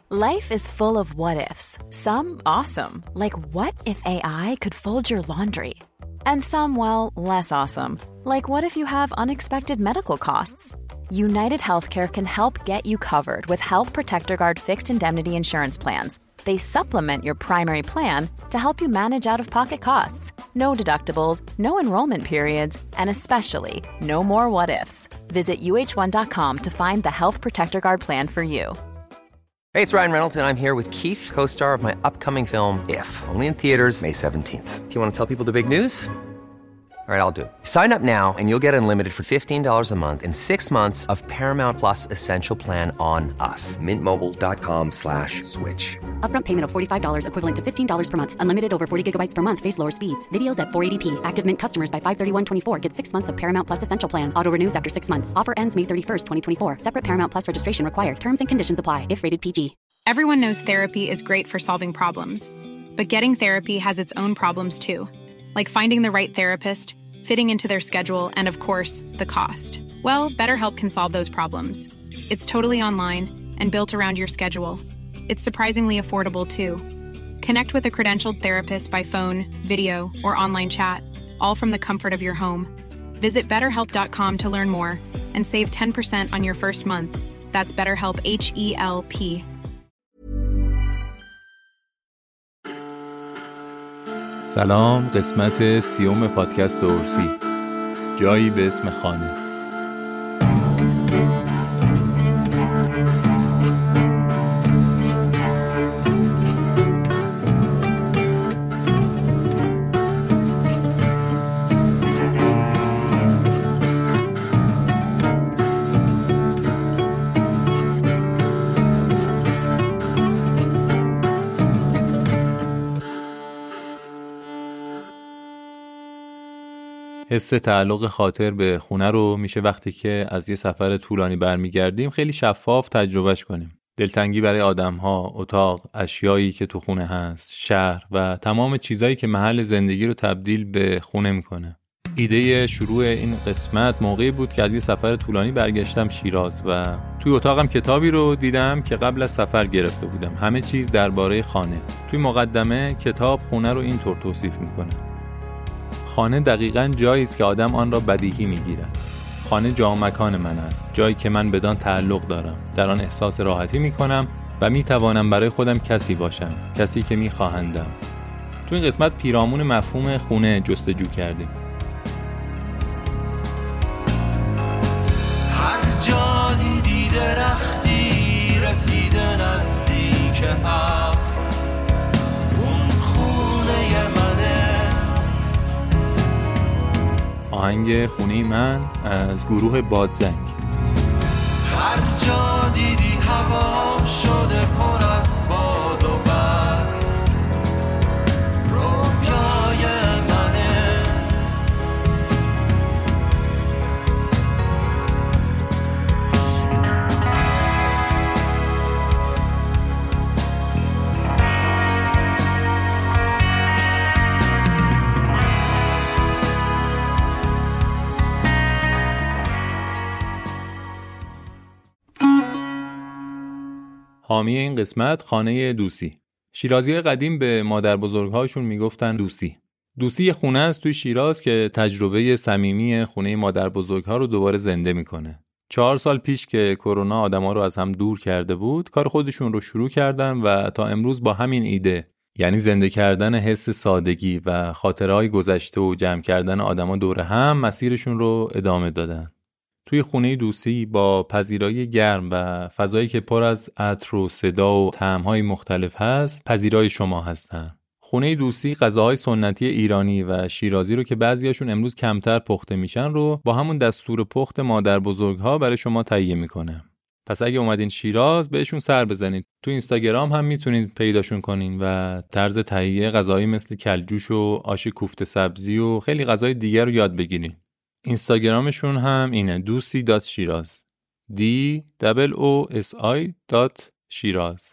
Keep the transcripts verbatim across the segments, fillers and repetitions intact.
Life is full of what-ifs. Some awesome, like what if A I could fold your laundry? And some, well, less awesome, like what if you have unexpected medical costs? United Healthcare can help get you covered with Health Protector Guard fixed indemnity insurance plans. They supplement your primary plan to help you manage out-of-pocket costs. No deductibles, no enrollment periods, and especially no more what-ifs. Visit U H one dot com to find the Health Protector Guard plan for you. Hey, it's Ryan Reynolds, and I'm here with Keith, co-star of my upcoming film, If, only in theaters May seventeenth. Do you want to tell people the big news? All right, I'll do it. Sign up now and you'll get unlimited for fifteen dollars a month and six months of Paramount Plus Essential Plan on us. Mint Mobile dot com slash switch. Upfront payment of forty-five dollars equivalent to fifteen dollars per month. Unlimited over forty gigabytes per month. Face lower speeds. Videos at four eighty p. Active Mint customers by five thirty-one twenty-four get six months of Paramount Plus Essential Plan. Auto renews after six months. Offer ends May thirty-first, twenty twenty-four. Separate Paramount Plus registration required. Terms and conditions apply if rated P G. Everyone knows therapy is great for solving problems. But getting therapy has its own problems too. Like finding the right therapist, fitting into their schedule, and of course, the cost. Well, BetterHelp can solve those problems. It's totally online and built around your schedule. It's surprisingly affordable too. Connect with a credentialed therapist by phone, video, or online chat, all from the comfort of your home. Visit better help dot com to learn more and save ten percent on your first month. That's BetterHelp, H E L P. سلام، قسمت سیوم پادکست ارسی، جایی به اسم خانه. حس تعلق خاطر به خونه رو میشه وقتی که از یه سفر طولانی برمیگردیم خیلی شفاف تجربهش کنیم. دلتنگی برای آدم‌ها، اتاق، اشیایی که تو خونه هست، شهر و تمام چیزایی که محل زندگی رو تبدیل به خونه میکنه. ایده شروع این قسمت موقعی بود که از یه سفر طولانی برگشتم شیراز و توی اتاقم کتابی رو دیدم که قبل از سفر گرفته بودم. همه چیز درباره خانه. توی مقدمه کتاب خونه رو اینطور توصیف میکنه: خانه دقیقاً جایی است که آدم آن را بدیهی می‌گیرد. خانه جا مکان من است، جایی که من بدان تعلق دارم. در آن احساس راحتی می‌کنم و می‌توانم برای خودم کسی باشم، کسی که می‌خواهندم. تو این قسمت پیرامون مفهوم خونه جستجو کردیم. هر جا دیدی درختی رسیده نزدیک هم، اون خونه منه. آهنگ خونه من از گروه بادزنگ. هر جا دیدی هوا شده پر از باد و برگ، رویای منه. حامی این قسمت خانه دوسی. شیرازی‌های قدیم به مادر بزرگ‌هاشون میگفتن دوسی. دوسی یه خونه است توی شیراز که تجربه صمیمی خونه مادر بزرگ‌ها رو دوباره زنده میکنه. چهار سال پیش که کرونا آدم‌ها رو از هم دور کرده بود، کار خودشون رو شروع کردن و تا امروز با همین ایده، یعنی زنده کردن حس سادگی و خاطره‌های گذشته و جمع کردن آدم‌ها دور هم، مسیرشون رو ادامه دادن. توی خونه دوسی با پذیرایی گرم و فضایی که پر از عطر و صدا و طعم‌های مختلف هست، پذیرای شما هستن. خونه دوسی غذاهای سنتی ایرانی و شیرازی رو که بعضیاشون امروز کمتر پخته میشن رو با همون دستور پخت مادر بزرگ‌ها برای شما تهیه میکنه. پس اگه اومدین شیراز بهشون سر بزنید. تو اینستاگرام هم میتونید پیداشون کنین و طرز تهیه غذایی مثل کلجوش و آش کوفته سبزی و خیلی غذای دیگر رو یاد بگیرین. اینستاگرامشون هم اینه: دوسی دات شیراز. دی دبل او اس آی دات شیراز.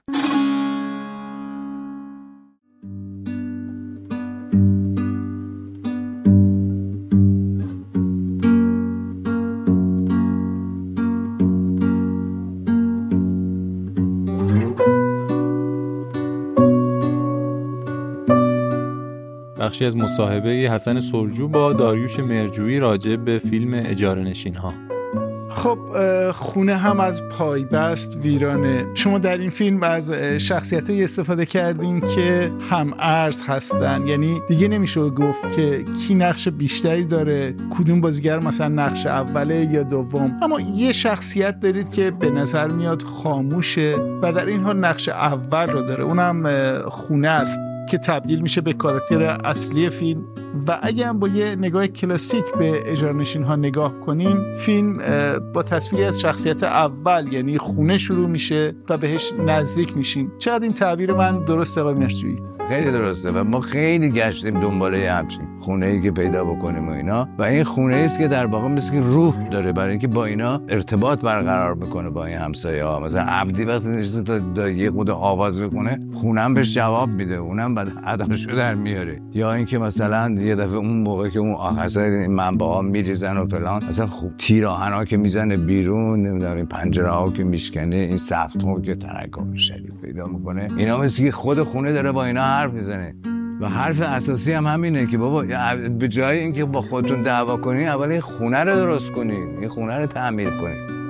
بخشی از مصاحبه حسن سلجو با داریوش مرجویی راجع به فیلم اجاره نشین ها. خب خونه هم از پایبست ویرانه. شما در این فیلم از شخصیت‌هایی استفاده کردین که هم ارز هستن، یعنی دیگه نمیشه گفت که کی نقش بیشتری داره، کدوم بازیگر مثلا نقش اوله یا دوم، اما یه شخصیت دارید که به نظر میاد خاموشه و در این حال نقش اول رو داره، اونم خونه است که تبدیل میشه به کاراکتر اصلی فیلم. و اگه هم با یه نگاه کلاسیک به اجاره نشین ها نگاه کنیم، فیلم با تصویری از شخصیت اول یعنی خونه شروع میشه و بهش نزدیک میشیم. چقدر این تعبیر من درسته آقای مرجویی؟ خیلی درسته و ما خیلی گشتیم دنباله همچین خونه‌ای که پیدا بکنیم و اینا، و این خونه‌ای است که در واقع مثل که روح داره، برای اینکه با اینا ارتباط برقرار میکنه با این همسایه‌ها. مثلا عبدی وقتی نشسته تا, تا یه خود آواز بکنه، خونم بهش جواب میده، اونم بعد اداشو در میاره. یا اینکه مثلا یه دفعه اون موقع که اون آخر منبع‌ها میریزن و فلان، مثلا خوب تیر آهنا که میزنه بیرون، نمیدونم این پنجره‌ها که میشکنه، این سقف‌ها که تراکم شدید پیدا میکنه، اینا مثل که خود خونه داره با اینا حرف میزنه. و حرف اساسی هم همینه که بابا به جای اینکه با خودتون دعوا کنین، اول این خونه رو درست کنین، این خونه رو تعمیر کنین.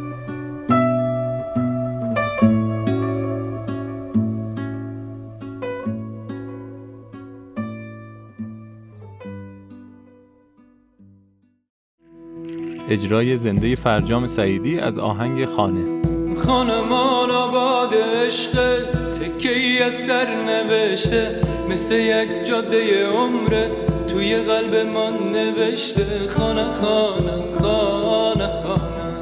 اجرای زنده فرجام سعیدی از آهنگ خانه. خانمان آباد عشق، تکه‌ای از سر نوشته، مثل یک جاده عمره توی قلب من نوشته. خانه خانه خانه خانه،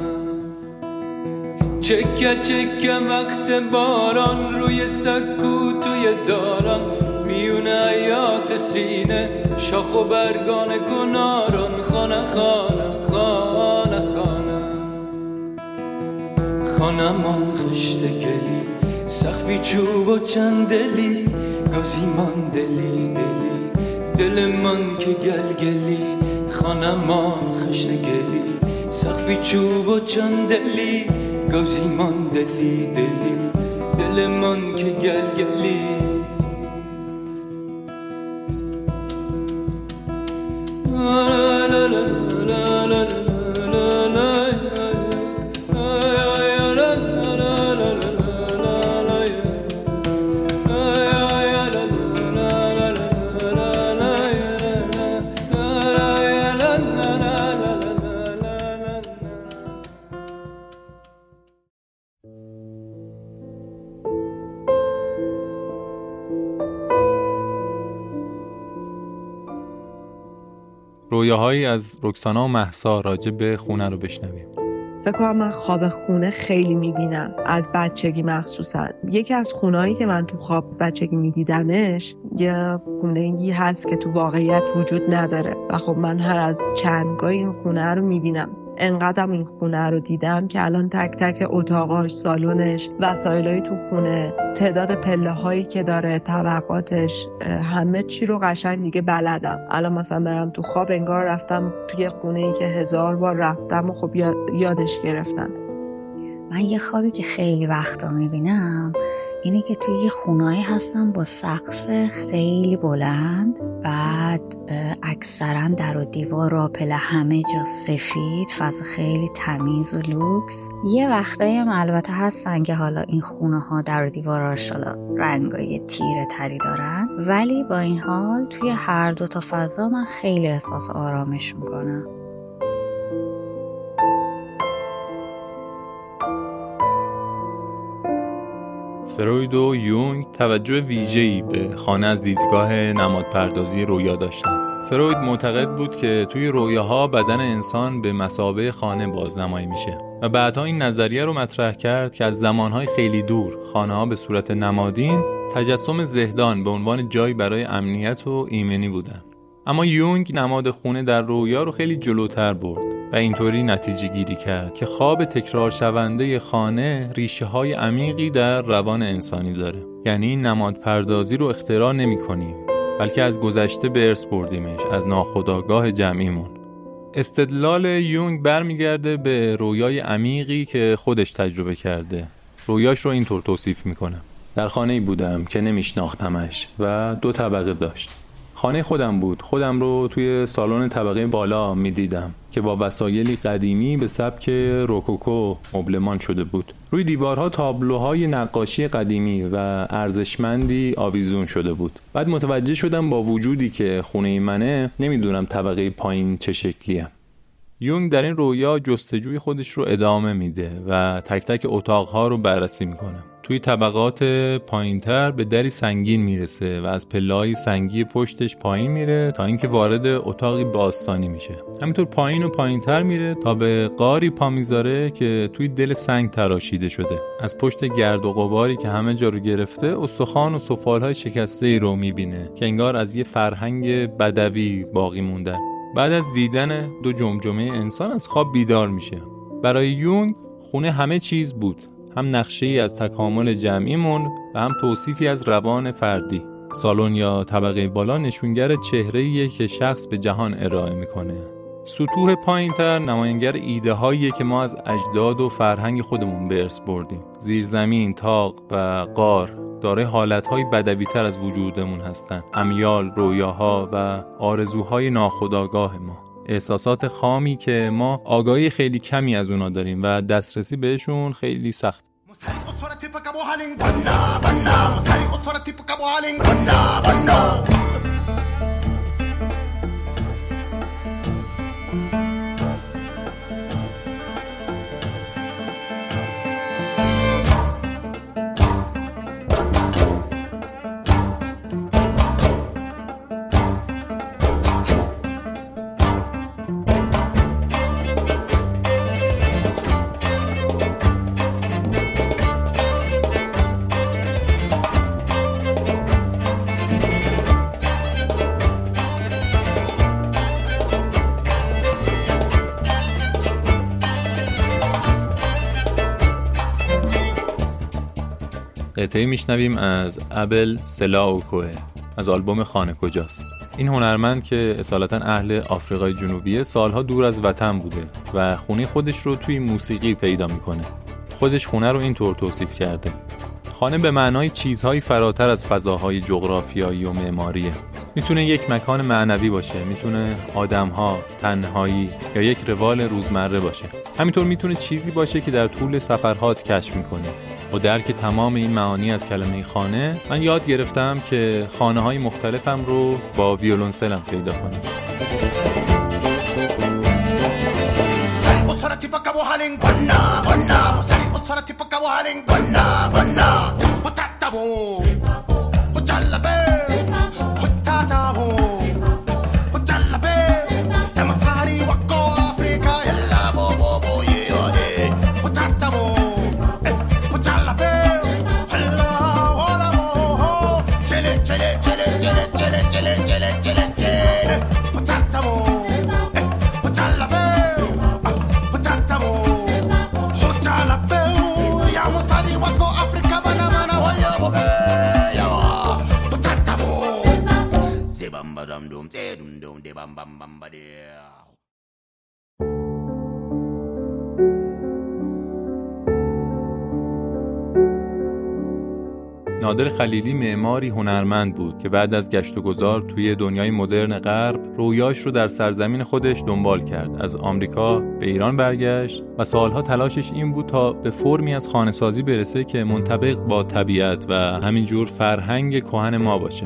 چکه چکه وقت باران، روی سکو توی داران، میونه حیات سینه، شاخ و برگان کناران. خانه خانه خانه خانه، خانمان خشت گلی، سقفی چوب و چند دلی، گازی من دلی دلی، دل من که گلگلی. خانمان خشت گلی، سقفی چوب و چند دلی، گازی من دلی دلی، دل من که گلگلی. لا لا لا لا لا لا. رویاهایی از رکسانا و مهسا راجع به خونه رو بشنویم. فکر کنم من خواب خونه خیلی میبینم، از بچگی مخصوصا. یکی از خونهایی که من تو خواب بچگی میدیدمش یه خونه‌ای هست که تو واقعیت وجود نداره و خب من هر از چندگاه این خونه رو میبینم. انقدرم این خونه رو دیدم که الان تک تک اتاقاش، سالنش، وسایلای تو خونه، تعداد پله هایی که داره، طبقاتش، همه چی رو قشنگ دیگه بلدم. الان مثلا برم تو خواب انگار رفتم توی خونه ای که هزار بار رفتم و خب یادش گرفتم. من یه خوابی که خیلی وقتا میبینم اینه که توی یه خونه‌ای هستم با سقف خیلی بلند، بعد اکثرا در و دیوار و پله همه جا سفید، فضا خیلی تمیز و لوکس. یه وقتایی هم البته هستن که حالا این خونه ها در و دیواراش حالا رنگای تیره تری دارن، ولی با این حال توی هر دو تا فضا من خیلی احساس آرامش میکنم. فروید و یونگ توجه ویژه‌ای به خانه از دیدگاه نمادپردازی رویا داشتند. فروید معتقد بود که توی رویاها بدن انسان به مثابه خانه بازنمایی میشه و بعدها این نظریه رو مطرح کرد که از زمانهای خیلی دور خانه‌ها به صورت نمادین تجسم زهدان به عنوان جایی برای امنیت و ایمنی بودن. اما یونگ نماد خونه در رویا رو خیلی جلوتر برد و اینطوری نتیجه گیری کرد که خواب تکرار شونده خانه ریشه های عمیقی در روان انسانی داره. یعنی این نماد پردازی رو اختراع نمی کنیم، بلکه از گذشته به ارث بردیمش، از ناخودآگاه جمعیمون. استدلال یونگ برمیگرده به رویای عمیقی که خودش تجربه کرده. رویاش رو اینطور توصیف میکنه: در خانه‌ای بودم که نمیشناختمش و دو طبقه داشت. خانه خودم بود. خودم رو توی سالن طبقه بالا می‌دیدم که با وسایلی قدیمی به سبک روکوکو مبلمان شده بود. روی دیوارها تابلوهای نقاشی قدیمی و ارزشمندی آویزون شده بود. بعد متوجه شدم با وجودی که خونه منه، نمیدونم طبقه پایین چه شکلیه. یونگ در این رویا جستجوی خودش رو ادامه میده و تک تک اتاقها رو بررسی میکنه. توی طبقات پایینتر به دری سنگین میرسه و از پله‌های سنگی پشتش پایین میره تا اینکه وارد اتاقی باستانی میشه. همینطور پایین و پایینتر میره تا به غاری پا میذاره که توی دل سنگ تراشیده شده. از پشت گرد و غباری که همه جا رو گرفته، استخوان و سفالهای شکسته‌ای رو میبینه که انگار از یه فرهنگ بدوی باقی مونده. بعد از دیدن دو جمجمه انسان از خواب بیدار میشه. برای یونگ خونه همه چیز بود، هم نقشه‌ای از تکامل جمعیمون و هم توصیفی از روان فردی. سالن یا طبقه بالا نشونگر چهره‌ایه که شخص به جهان ارائه میکنه. سطوح پایینتر نماینگر ایده هاییه که ما از اجداد و فرهنگ خودمون به ارث بردیم. زیرزمین، تاق و غار دارای حالتهای بدوی‌تر از وجودمون هستن. امیال، رویاها و آرزوهای ناخودآگاه ما، احساسات خامی که ما آگاهی خیلی کمی از اونا داریم و دسترسی بهشون خیلی سخت. قطعه میشنویم از ابل سلاوکوه از آلبوم خانه کجاست. این هنرمند که اصالتا اهل آفریقای جنوبیه، سالها دور از وطن بوده و خونه خودش رو توی موسیقی پیدا میکنه. خودش خونه رو اینطور توصیف کرده: خانه به معنای چیزهایی فراتر از فضاهای جغرافیایی و معماریه. میتونه یک مکان معنوی باشه، میتونه آدمها، تنهایی یا یک روال روزمره باشه. همینطور میتونه چیزی باشه که در طول سفرهات کشف میکنه. و درک تمام این معانی از کلمه خانه، من یاد گرفتم که خانه‌های مختلفم رو با ویولنسلم پیدا کنم. نادر خلیلی معماری هنرمند بود که بعد از گشت و گذار توی دنیای مدرن غرب رویاش رو در سرزمین خودش دنبال کرد. از آمریکا به ایران برگشت و سالها تلاشش این بود تا به فرمی از خانه‌سازی برسه که منطبق با طبیعت و همینجور فرهنگ کهن ما باشه.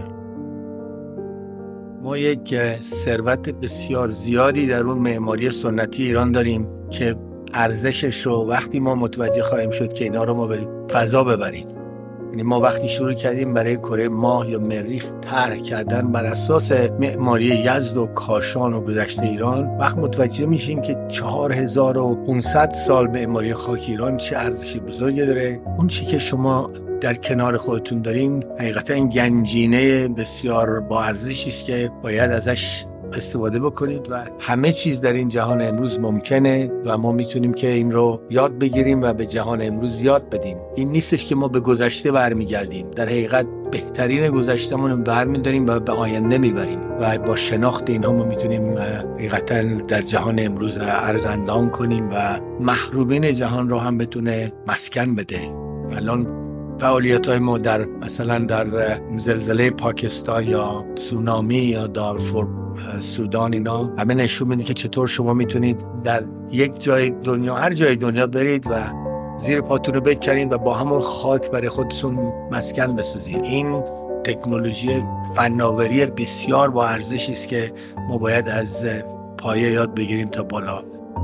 ما یک ثروت بسیار زیادی در اون معماری سنتی ایران داریم که ارزشش رو وقتی ما متوجه خواهیم شد که اینا رو ما به فضا ببریم. یعنی ما وقتی شروع کردیم برای کره ماه یا مریخ طرح کردن بر اساس معماری یزد و کاشان و گذشته ایران، وقت متوجه میشیم که چهار هزار و پانصد سال معماری خاک ایران چه ارزشی بزرگی داره. اون چی که شما در کنار خودتون دارین حقیقتا این گنجینه بسیار با ارزشی است که باید ازش استفاده بکنید و همه چیز در این جهان امروز ممکنه و ما میتونیم که این رو یاد بگیریم و به جهان امروز یاد بدیم. این نیستش که ما به گذشته برمیگردیم، در حقیقت بهترین گذشتمون رو برمی‌داریم و به آینده میبریم و با شناخت اینها ما میتونیم حقیقتا در جهان امروز ارزندان کنیم و محرومین جهان رو هم بتونه مسکن بده. الان فعالیت‌های ما در مثلا در زلزله پاکستان یا تسونامی یا دارفور سودان، اینا همه نشون میده که چطور شما میتونید در یک جای دنیا، هر جای دنیا برید و زیر پاتون رو بکنید و با همون خاک برای خودتون مسکن بسازید. این تکنولوژی فناوری بسیار با ارزشی است که ما باید از پایه یاد بگیریم تا بالا.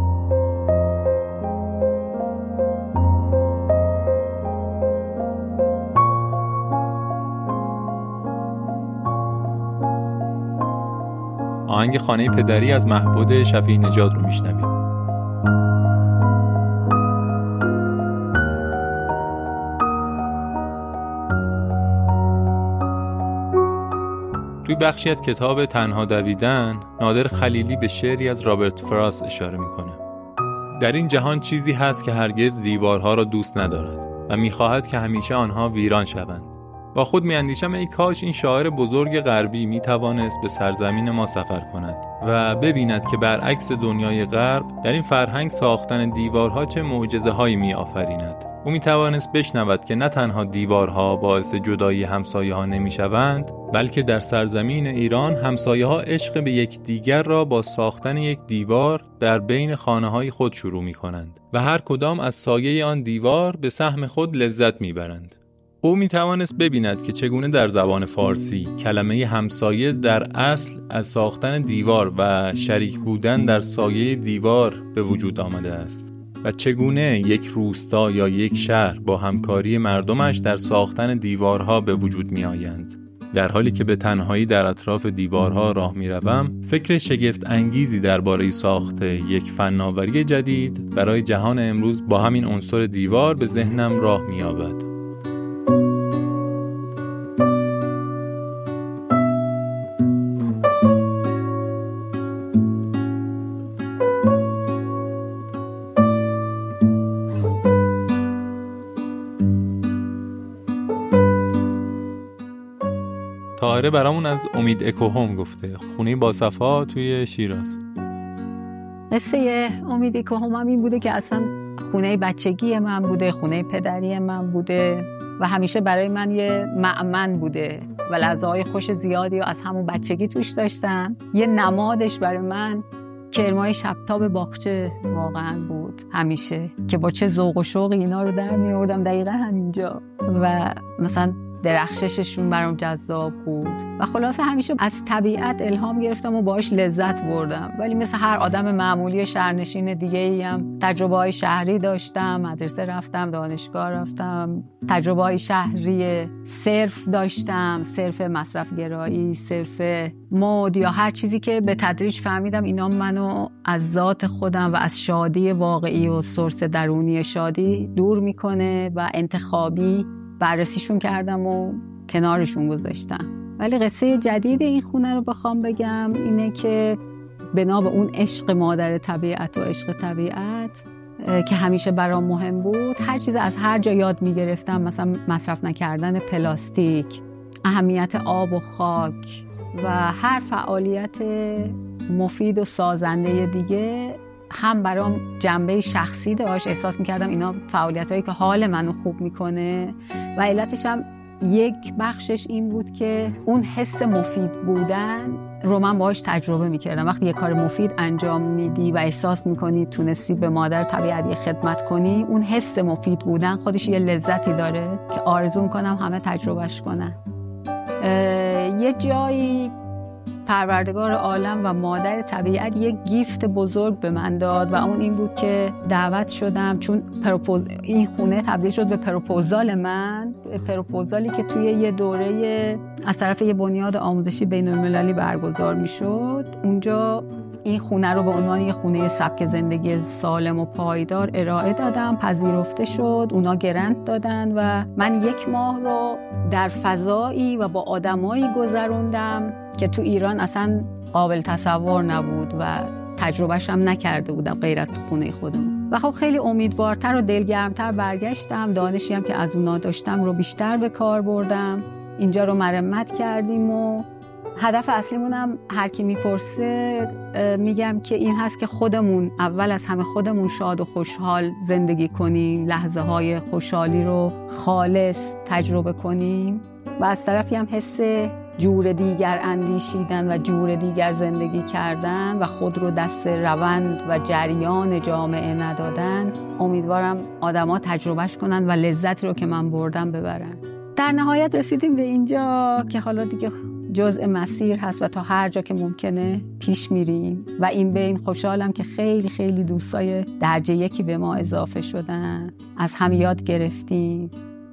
آهنگ خانه پدری از محبود شفیع نژاد رو میشنویم. توی بخشی از کتاب تنها دویدن، نادر خلیلی به شعری از رابرت فراست اشاره میکنه. در این جهان چیزی هست که هرگز دیوارها را دوست ندارد و میخواهد که همیشه آنها ویران شوند. با خود میاندیشم ای کاش این شاعر بزرگ غربی میتوانست به سرزمین ما سفر کند و ببیند که برعکس دنیای غرب در این فرهنگ ساختن دیوارها چه معجزه‌هایی میآفریند. او میتوانست بشنود که نه تنها دیوارها باعث جدایی همسایه‌ها نمیشوند، بلکه در سرزمین ایران همسایه‌ها عشق به یکدیگر را با ساختن یک دیوار در بین خانه‌های خود شروع می‌کنند و هر کدام از سایه آن دیوار به سهم خود لذت می‌برند. او می توانست ببیند که چگونه در زبان فارسی کلمه همسایه در اصل از ساختن دیوار و شریک بودن در سایه دیوار به وجود آمده است و چگونه یک روستا یا یک شهر با همکاری مردمش در ساختن دیوارها به وجود می آیند. در حالی که به تنهایی در اطراف دیوارها راه می روم، فکر شگفت انگیزی درباره ساخت یک فناوری جدید برای جهان امروز با همین عنصر دیوار به ذهنم راه می یابد. طاهره برامون از امید اکوهوم گفته، خونه با صفا توی شیراز. قصه امید اکوهوم هم این بوده که اصلا خونه بچگی من بوده، خونه پدری من بوده و همیشه برای من یه مأمن بوده و لحظه‌های خوش زیادی از همون بچگی توش داشتم. یه نمادش برای من کرمای شبتاب باغچه واقعا بود همیشه، که با چه ذوق و شوقی اینا رو در می‌آوردم دقیقاً همینجا و مثلا درخشششون برام جذاب بود و خلاصه همیشه از طبیعت الهام گرفتم و باهاش لذت بردم. ولی مثل هر آدم معمولی شهرنشین دیگه‌ای هم تجربه‌های شهری داشتم، مدرسه رفتم، دانشگاه رفتم، تجربه‌های شهری صرف داشتم، صرف مصرف گرایی، صرف مد یا هر چیزی که به تدریج فهمیدم اینا منو از ذات خودم و از شادی واقعی و سورس درونی شادی دور میکنه و انتخابی بررسیشون کردم و کنارشون گذاشتم. ولی قصه جدید این خونه رو بخوام بگم اینه که بنا به اون عشق مادر طبیعت و عشق طبیعت که همیشه برام مهم بود، هر چیز از هر جا یاد میگرفتم، مثلا مصرف نکردن پلاستیک، اهمیت آب و خاک و هر فعالیت مفید و سازنده دیگه هم برام جنبه شخصی داشت. احساس میکردم اینا فعالیتایی که حال منو خوب میکنه و علتش هم یک بخشش این بود که اون حس مفید بودن رو من باهاش تجربه میکردم. وقتی یه کار مفید انجام میدی و احساس میکنی تونستی به مادر طبیعت یه خدمت کنی، اون حس مفید بودن خودش یه لذتی داره که آرزو میکنم همه تجربهش کنن. یه جایی پروردگار عالم و مادر طبیعت یک گیفت بزرگ به من داد و اون این بود که دعوت شدم، چون پروپوز... این خونه تبدیل شد به پروپوزال من، پروپوزالی که توی یه دوره از طرف یه بنیاد آموزشی بین‌المللی برگزار میشد. اونجا این خونه رو به عنوان یه خونه سبک زندگی سالم و پایدار ارائه دادم، پذیرفته شد، اونا گرنت دادن و من یک ماه رو در فضایی و با آدمایی گذروندم که تو ایران اصلا قابل تصور نبود و تجربهش هم نکرده بودم غیر از تو خونه خودم. و خب خیلی امیدوارتر و دلگرمتر برگشتم. دانشی هم که از اونا داشتم رو بیشتر به کار بردم. اینجا رو مرمت کردیم و هدف اصلیمونم هر کی میپرسه میگم که این هست که خودمون اول از همه خودمون شاد و خوشحال زندگی کنیم، لحظه های خوشحالی رو خالص تجربه کنیم و از طرفی هم حس جور دیگر اندیشیدن و جور دیگر زندگی کردن و خود رو دست روند و جریان جامعه ندادن. امیدوارم آدما تجربهش کنن و لذتی رو که من بردم ببرن. در نهایت رسیدیم به اینجا که حالا دیگه جزء مسیر هست و تا هر جا که ممکنه پیش میریم و این بین خوشحالم که خیلی خیلی دوستای درجه یکی به ما اضافه شدن، از هم یاد گرفتیم.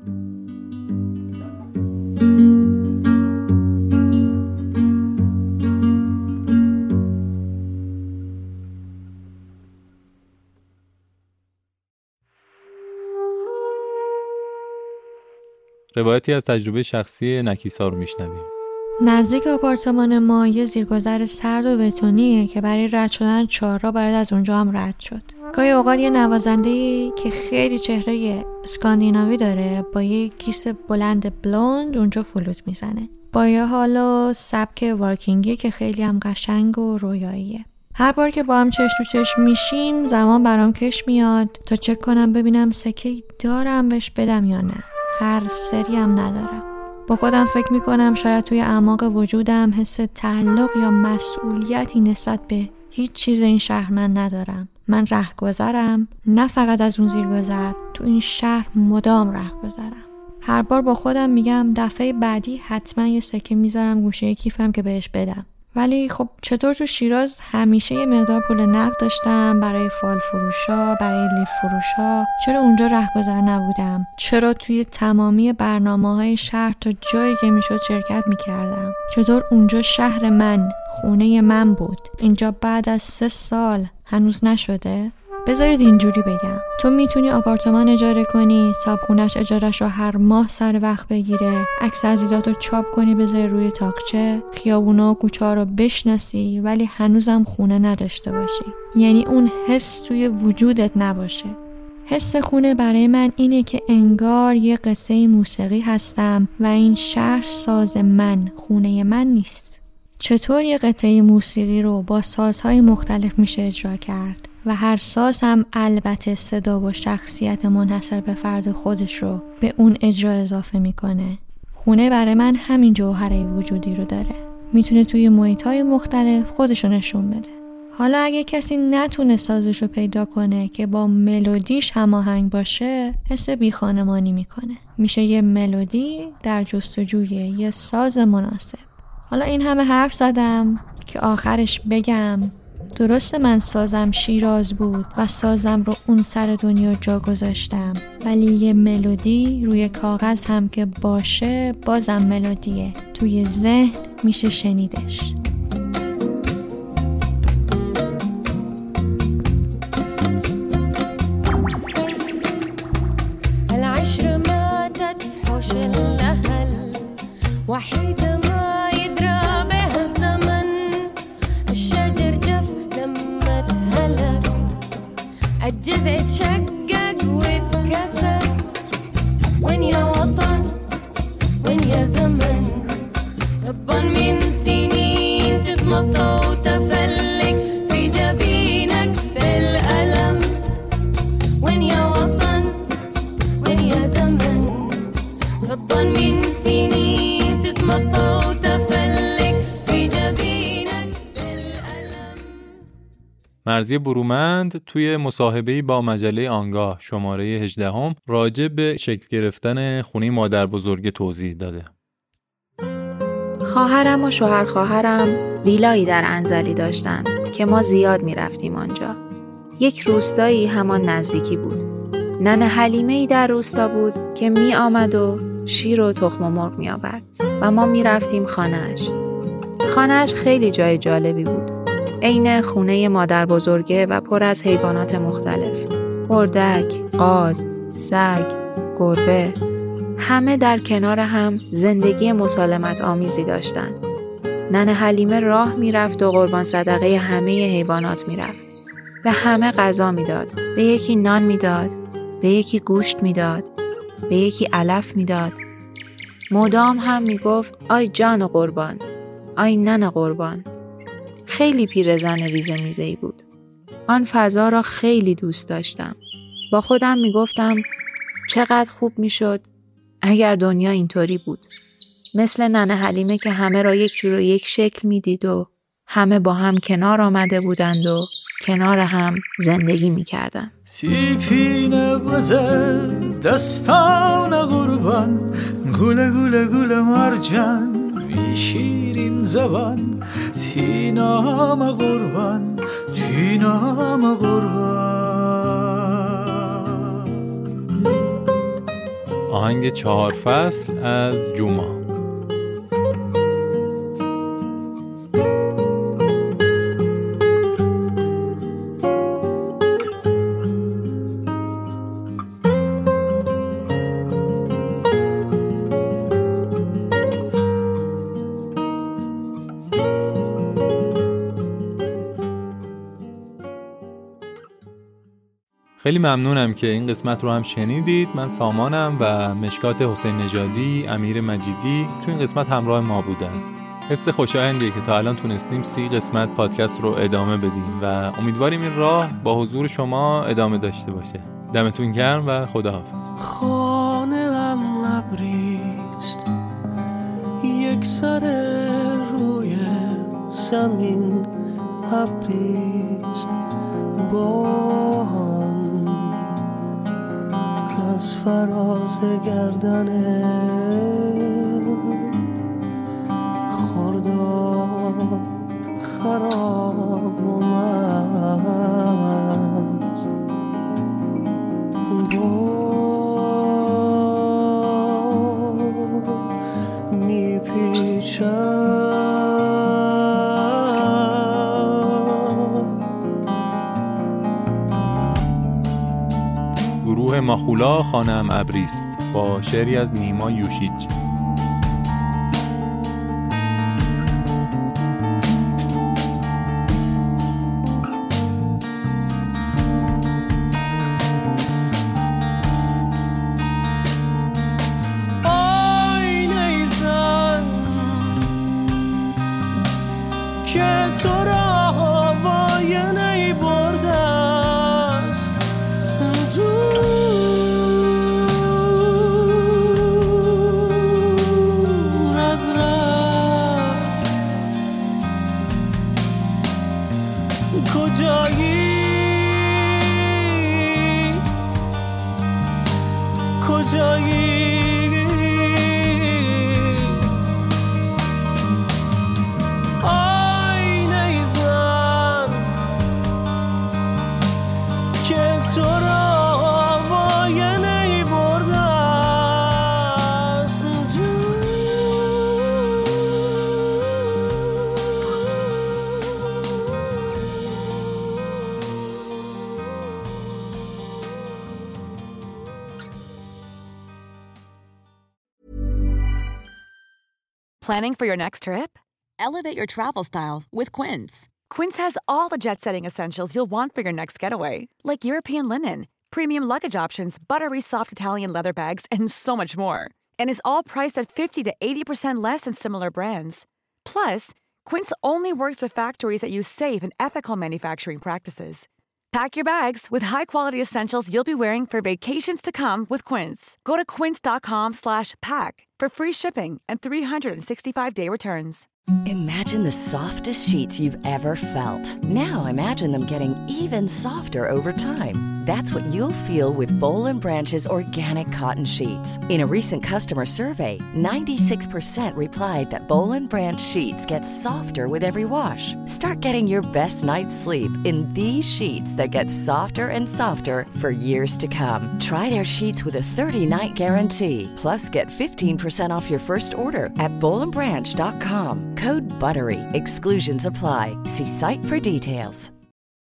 روایتی از تجربه شخصی نکیسا رو میشنویم. نزدیک آپارتمان ما یه زیرگذر سرد و بتونیه که برای رد شدن چهارراه باید از اونجا هم رد شد. گاهی اوقات یه نوازنده‌ای که خیلی چهره اسکاندیناوی داره با یه کیس بلند بلوند اونجا فلوت میزنه. با یه حالا سبک وارکینگی که خیلی هم قشنگ و رویاییه. هر بار که با هم چش تو چش میشیم زمان برام کش میاد تا چک کنم ببینم سکه‌ای دارم بهش بدم یا نه. هر سری هم ندارم. با خودم فکر میکنم شاید توی اعماق وجودم حس تعلق یا مسئولیتی نسبت به هیچ چیز این شهر من ندارم. من رهگذرم، نه فقط از اون زیرگذر، تو این شهر مدام رهگذرم. هر بار با خودم میگم دفعه بعدی حتما یه سکه میذارم گوشه کیفم که بهش بدم. ولی خب چطور تو شیراز همیشه یه مقدار پول نقد داشتم برای فال فروشا، برای لیف فروشا، چرا اونجا رهگذر نبودم؟ چرا توی تمامی برنامه‌های شهر تا جایی که میشد شرکت میکردم؟ چطور اونجا شهر من، خونه من بود؟ اینجا بعد از سه سال هنوز نشده؟ بذارید اینجوری بگم، تو میتونی آپارتمان اجاره کنی، صابخونه‌اش اجاره‌ش رو هر ماه سر وقت بگیره، عکس عزیزاتو چاپ کنی بذاری روی تاقچه، خیابونا و کوچه‌ها رو بشناسی ولی هنوزم خونه نداشته باشی. یعنی اون حس توی وجودت نباشه. حس خونه برای من اینه که انگار یه قصه موسیقی هستم و این شهر ساز من، خونه من نیست. چطور یه قطعه موسیقی رو با سازهای مختلف میشه اجرا کرد و هر ساز هم البته صدا و شخصیت منحصر به فرد خودش رو به اون اجرا اضافه میکنه. خونه برای من همین جوهره وجودی رو داره. میتونه توی محیط‌های مختلف خودش رو نشون بده. حالا اگه کسی نتونه سازش رو پیدا کنه که با ملودیش هماهنگ باشه، حس بیخانمانی میکنه. میشه یه ملودی در جستجوی یه ساز مناسب. حالا این همه حرف زدم که آخرش بگم درسته من سازم شیراز بود و سازم رو اون سر دنیا جا گذاشتم، ولی یه ملودی روی کاغذ هم که باشه بازم ملودیه، توی ذهن میشه شنیدش. العشر ماتت في حوش الأهل وحيدة ما يدرى بها الزمن الشجر جف لما تهلك الجذع تشقق واتكسر وين يا وطن وين يا زمن غضبان من سنين تتمطى وتفلك في جبينك بالألم وين يا وطن وين يا زمن غضبان من سنين تتمطى وتفلك في جبينك بالألم. مرضیه برومند توی مصاحبه‌ای با مجله آنگاه شماره هجده هم راجع به شکل گرفتن خونه مادر بزرگ توضیح داده. خواهرم و شوهر خواهرم ویلایی در انزلی داشتند که ما زیاد می رفتیم آنجا. یک روستایی همان نزدیکی بود. ننه حلیمه‌ای در روستا بود که می آمد و شیر و تخم و مرغ می آورد و ما می رفتیم خانه‌اش. خانه‌اش خیلی جای جالبی بود. عین خونه مادر بزرگه و پر از حیوانات مختلف. اردک، قاز، سگ، گربه، همه در کنار هم زندگی مسالمت آمیزی داشتند. ننه حلیمه راه می رفت و قربان صدقه همه حیوانات می رفت. به همه غذا می داد. به یکی نان می داد، به یکی گوشت می داد، به یکی علف می داد. مدام هم می گفت آی جان قربان، آی ننه قربان. خیلی پیرزن ریزه میزه‌ای بود. آن فضا را خیلی دوست داشتم. با خودم میگفتم چقدر خوب میشد اگر دنیا اینطوری بود. مثل ننه حلیمه که همه را یک جور و یک شکل میدید و همه با هم کنار آمده بودند و کنار هم زندگی میکردند. تیپین بزه دستان قربان گوله گوله گوله مرجان بی شیرین زبان تینام قربان تینام قربان. آهنگ چهار فصل از جوما. خیلی ممنونم که این قسمت رو هم شنیدید. من سامانم و مشکات حسین نژادی، امیر مجیدی تو این قسمت همراه ما بودن. حس خوشایندیه که تا الان تونستیم سی قسمت پادکست رو ادامه بدیم و امیدواریم این راه با حضور شما ادامه داشته باشه. دمتون گرم و خداحافظ. خانه هم ابریست یک سر روی زمین ابریست با از فراز گردنه خوردا خراب و مست با میپیچم گروه ماخولا خانم ابریست با شعری از نیما یوشیج. آینه زن که تو را واینه برده است کجایی آینه زن که تو را واینه برده است. Planning for your next trip? Elevate your travel style with Quince. Quince has all the jet-setting essentials you'll want for your next getaway, like European linen, premium luggage options, buttery soft Italian leather bags, and so much more. And is all priced at fifty to eighty percent less than similar brands. Plus, Quince only works with factories that use safe and ethical manufacturing practices. Pack your bags with high-quality essentials you'll be wearing for vacations to come with Quince. Go to quince.com slash pack for free shipping and three sixty-five day returns. Imagine the softest sheets you've ever felt. Now imagine them getting even softer over time. That's what you'll feel with Boll and Branch's organic cotton sheets. In a recent customer survey, ninety-six percent replied that Boll and Branch sheets get softer with every wash. Start getting your best night's sleep in these sheets that get softer and softer for years to come. Try their sheets with a thirty night guarantee. Plus, get fifteen percent off your first order at boll and branch dot com. Code BUTTERY. Exclusions apply. See site for details.